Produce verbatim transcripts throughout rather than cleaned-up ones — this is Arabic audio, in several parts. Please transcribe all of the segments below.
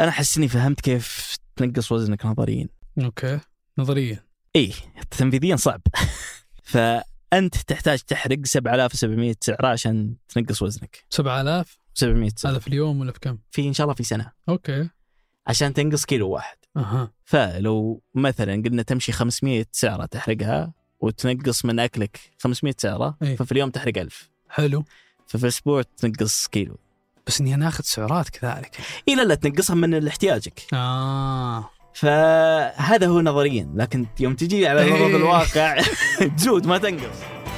أنا أحس إني فهمت كيف تنقص وزنك نظريا. أوكي نظريا إيه تنفيذيا صعب. فأنت تحتاج تحرق سبعة آلاف وسبعمية سعرة عشان تنقص وزنك. سبعة آلاف وسبعمية سعرة هذا في اليوم ولا في كم؟ في إن شاء الله في سنة. أوكي عشان تنقص كيلو واحد. أها. فلو مثلا قلنا تمشي خمسمية سعرة تحرقها وتنقص من أكلك خمسمية سعرة إيه؟ ففي اليوم تحرق ألف. حلو. ففي الأسبوع تنقص كيلو. بس إني ناخذ سعرات كذلك. إيه لا لا تنقصها من احتياجك. آه. فهذا هو نظريا، لكن يوم تجي على أرض إيه. الواقع تزود ما تنقص.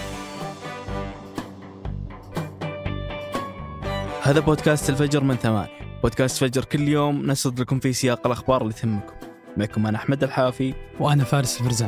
هذا بودكاست الفجر من ثمانية. بودكاست فجر كل يوم نسرد لكم في سياق الأخبار اللي تهمكم. معكم أنا أحمد الحافي وأنا فارس الفرزان.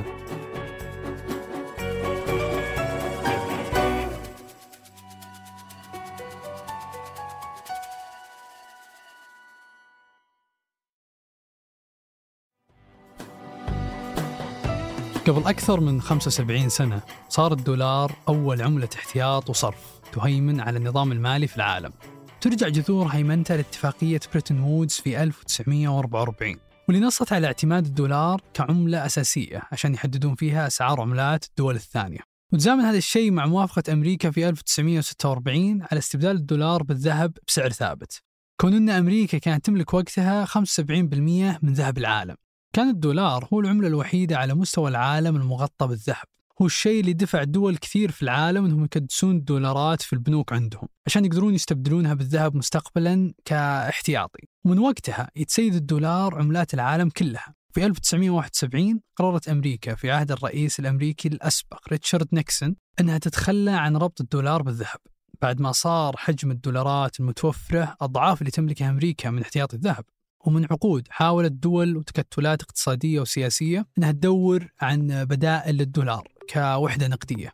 قبل أكثر من خمسة وسبعين سنة صار الدولار أول عملة احتياط وصرف تهيمن على النظام المالي في العالم. ترجع جذور هيمنتها لاتفاقية بريتون وودز في ألف وتسعمية وأربعة وأربعين، واللي نصت على اعتماد الدولار كعملة أساسية عشان يحددون فيها أسعار عملات الدول الثانية. وتزامن هذا الشيء مع موافقة أمريكا في ألف وتسعمية وستة وأربعين على استبدال الدولار بالذهب بسعر ثابت، كون أن أمريكا كانت تملك وقتها خمسة وسبعين بالمئة من ذهب العالم. كان الدولار هو العملة الوحيدة على مستوى العالم المغطى بالذهب، هو الشيء اللي دفع دول كثير في العالم أنهم يكدسون الدولارات في البنوك عندهم عشان يقدرون يستبدلونها بالذهب مستقبلا كاحتياطي. ومن وقتها يتسيد الدولار عملات العالم كلها. في ألف وتسعمية وواحد وسبعين قررت أمريكا في عهد الرئيس الأمريكي الأسبق ريتشارد نيكسون أنها تتخلى عن ربط الدولار بالذهب، بعد ما صار حجم الدولارات المتوفرة أضعاف اللي تملكها أمريكا من احتياطي الذهب. ومن عقود حاولت دول وتكتلات اقتصادية وسياسية أنها تدور عن بدائل للدولار كوحدة نقدية.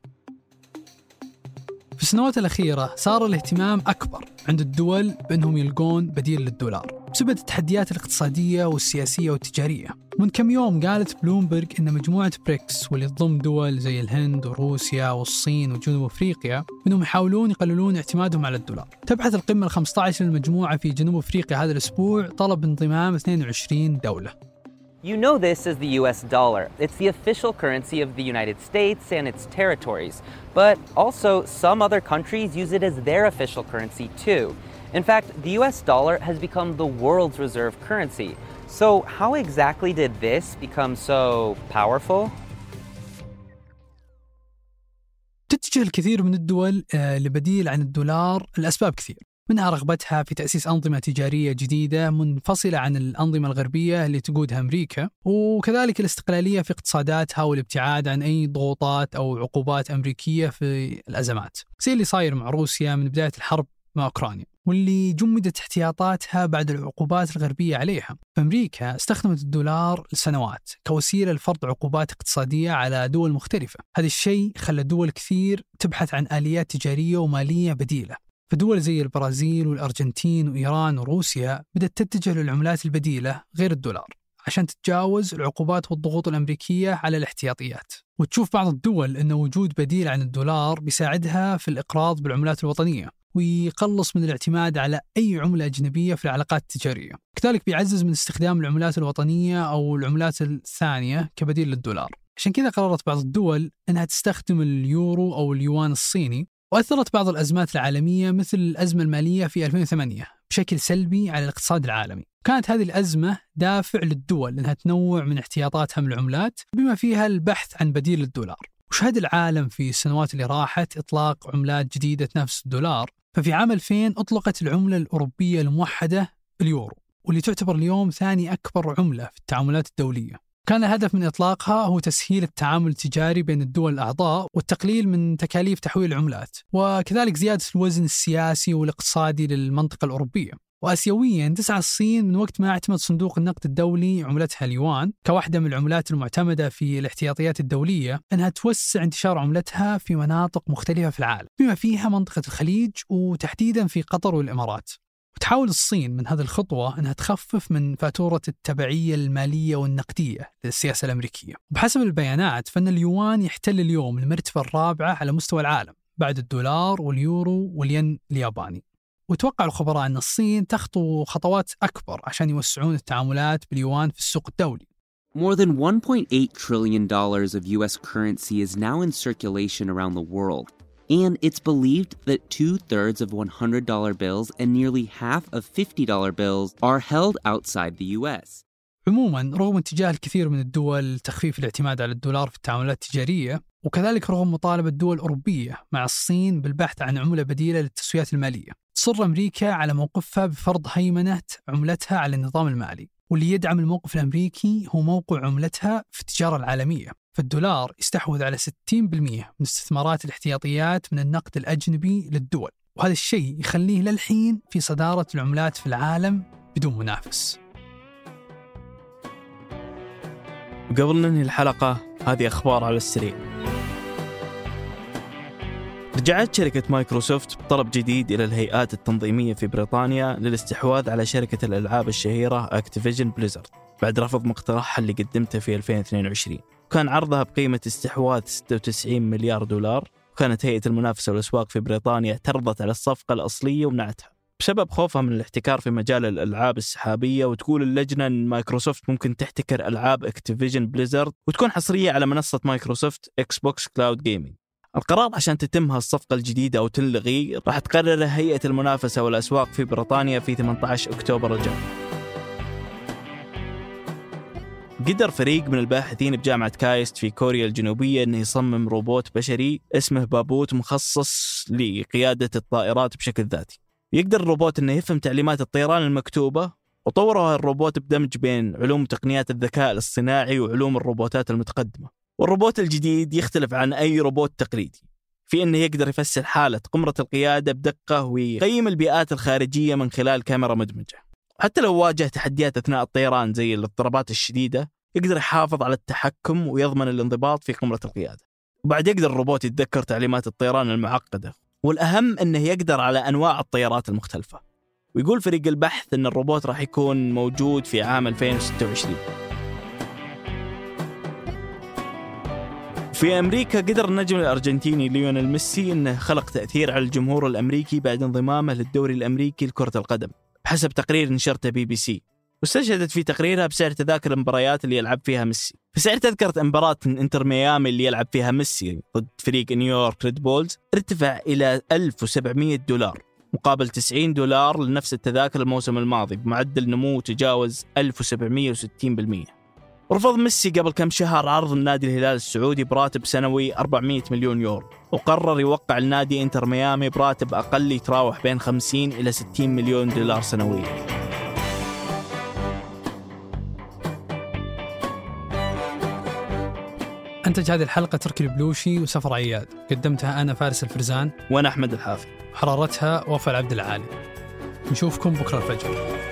في السنوات الأخيرة صار الاهتمام أكبر عند الدول بأنهم يلقون بديل للدولار بسبب التحديات الاقتصادية والسياسية والتجارية. من كم يوم قالت بلومبرغ أن مجموعة بريكس واللي تضم دول زي الهند وروسيا والصين وجنوب أفريقيا أنهم يحاولون يقللون اعتمادهم على الدولار. تبحث القمة الخمسة عشر للمجموعة في جنوب أفريقيا هذا الأسبوع طلب انضمام اثنين وعشرين دولة. You know this as the U S dollar. It's the official currency of the United States and its territories. But also, some other countries use it as their official currency too. In fact, the U S dollar has become the world's reserve currency. So how exactly did this become so powerful? تتجه الكثير من الدول لبديل عن الدولار لأسباب كثير، منها رغبتها في تأسيس أنظمة تجارية جديدة منفصلة عن الأنظمة الغربية اللي تقودها أمريكا، وكذلك الاستقلالية في اقتصاداتها والابتعاد عن أي ضغوطات أو عقوبات أمريكية في الأزمات، زي اللي صاير مع روسيا من بداية الحرب مع أوكرانيا، واللي جمدت احتياطاتها بعد العقوبات الغربية عليها. فأمريكا استخدمت الدولار لسنوات كوسيلة لفرض عقوبات اقتصادية على دول مختلفة. هذا الشيء خلى دول كثير تبحث عن آليات تجارية ومالية بديلة. فدول زي البرازيل والأرجنتين وإيران وروسيا بدأت تتجه للعملات البديلة غير الدولار عشان تتجاوز العقوبات والضغوط الأمريكية على الاحتياطيات. وتشوف بعض الدول أن وجود بديل عن الدولار بيساعدها في الإقراض بالعملات الوطنية ويقلص من الاعتماد على أي عملة أجنبية في العلاقات التجارية. كذلك بيعزز من استخدام العملات الوطنية أو العملات الثانية كبديل للدولار. عشان كذا قررت بعض الدول أنها تستخدم اليورو أو اليوان الصيني. وأثرت بعض الأزمات العالمية مثل الأزمة المالية في ألفين وثمانية بشكل سلبي على الاقتصاد العالمي. كانت هذه الأزمة دافع للدول أنها تنوع من احتياطاتها من العملات بما فيها البحث عن بديل للدولار. وشهد العالم في السنوات اللي راحت إطلاق عملات جديدة تنافس الدولار. ففي عام ألفين أطلقت العملة الأوروبية الموحدة اليورو، واللي تعتبر اليوم ثاني أكبر عملة في التعاملات الدولية. كان الهدف من إطلاقها هو تسهيل التعامل التجاري بين الدول الأعضاء والتقليل من تكاليف تحويل العملات، وكذلك زيادة الوزن السياسي والاقتصادي للمنطقة الأوروبية. وآسيويا تسعى الصين من وقت ما اعتمد صندوق النقد الدولي عملتها اليوان كواحدة من العملات المعتمدة في الاحتياطيات الدولية أنها توسع انتشار عملتها في مناطق مختلفة في العالم بما فيها منطقة الخليج وتحديدا في قطر والإمارات. وتحاول الصين من هذه الخطوة أنها تخفف من فاتورة التبعية المالية والنقدية للسياسة الأمريكية. وبحسب البيانات فإن اليوان يحتل اليوم المرتبة الرابعة على مستوى العالم بعد الدولار واليورو والين الياباني. وتوقع الخبراء أن الصين تخطو خطوات أكبر عشان يوسعون التعاملات باليوان في السوق الدولي. More than one point eight trillion dollars of U S currency is now in circulation around the world, and it's believed that two-thirds of one hundred dollar bills and nearly half of fifty dollar bills are held outside the U S. عموماً رغم اتجاه الكثير من الدول لتخفيف الاعتماد على الدولار في التعاملات التجارية، وكذلك رغم مطالبة الدول الأوروبية مع الصين بالبحث عن عملة بديلة للتسويات المالية، تصر أمريكا على موقفها بفرض هيمنة عملتها على النظام المالي، واللي يدعم الموقف الأمريكي هو موقع عملتها في التجارة العالمية. فالدولار يستحوذ على ستين بالمئة من استثمارات الاحتياطيات من النقد الأجنبي للدول، وهذا الشيء يخليه للحين في صدارة العملات في العالم بدون منافس. وقبل ننهي الحلقة هذه أخبار على السريع. رجعت شركة مايكروسوفت بطلب جديد إلى الهيئات التنظيمية في بريطانيا للاستحواذ على شركة الألعاب الشهيرة أكتيفيجن بليزرد بعد رفض مقترحها اللي قدمته في ألفين واثنين وعشرين. وكان عرضها بقيمة استحواذ ستة وتسعين مليار دولار، وكانت هيئة المنافسة والأسواق في بريطانيا اعترضت على الصفقة الأصلية ومنعتها بسبب خوفها من الاحتكار في مجال الألعاب السحابية. وتقول اللجنة أن مايكروسوفت ممكن تحتكر ألعاب أكتيفيجن بليزرد وتكون حصرية على منصة مايكروسوفت إكس بوكس كلاود جيمينج. القرار عشان تتم هالصفقة الجديدة أو تلغي راح تقرر هيئة المنافسة والأسواق في بريطانيا في ثمانية عشر أكتوبر الجاي. قدر فريق من الباحثين بجامعة كايست في كوريا الجنوبية أنه يصمم روبوت بشري اسمه بابوت مخصص لقيادة الطائرات بشكل ذاتي. يقدر الروبوت أنه يفهم تعليمات الطيران المكتوبة، وطوروا الروبوت بدمج بين علوم تقنيات الذكاء الاصطناعي وعلوم الروبوتات المتقدمة. والروبوت الجديد يختلف عن أي روبوت تقليدي في أنه يقدر يفسر حالة قمرة القيادة بدقة ويقيم البيئات الخارجية من خلال كاميرا مدمجة. حتى لو واجه تحديات أثناء الطيران زي الاضطرابات الشديدة يقدر يحافظ على التحكم ويضمن الانضباط في قمرة القيادة. وبعد يقدر الروبوت يتذكر تعليمات الطيران المعقدة، والأهم أنه يقدر على أنواع الطيارات المختلفة. ويقول فريق البحث أن الروبوت راح يكون موجود في عام ألفين وستة وعشرين. في أمريكا قدر النجم الأرجنتيني ليونيل ميسي أنه خلق تأثير على الجمهور الأمريكي بعد انضمامه للدوري الأمريكي لكرة القدم بحسب تقرير نشرته بي بي سي. واستشهدت في تقريرها بسعر تذاكر المباريات اللي يلعب فيها ميسي. فسعر تذكرة مباراة انتر ميامي اللي يلعب فيها ميسي ضد فريق نيويورك ريد بولز ارتفع إلى ألف وسبعمئة دولار مقابل تسعين دولار لنفس التذاكر الموسم الماضي، بمعدل نمو تجاوز ألف وسبعمئة وستين بالمئة. ورفض ميسي قبل كم شهر عرض النادي الهلال السعودي براتب سنوي أربعمئة مليون يورو، وقرر يوقع النادي انتر ميامي براتب أقل يتراوح بين خمسين إلى ستين مليون دولار سنويا. أنتج هذه الحلقة تركي البلوشي وسفر عياد، قدمتها أنا فارس الفرزان وأنا أحمد الحافي، حرارتها وفاء العبد العالي. نشوفكم بكرة الفجر.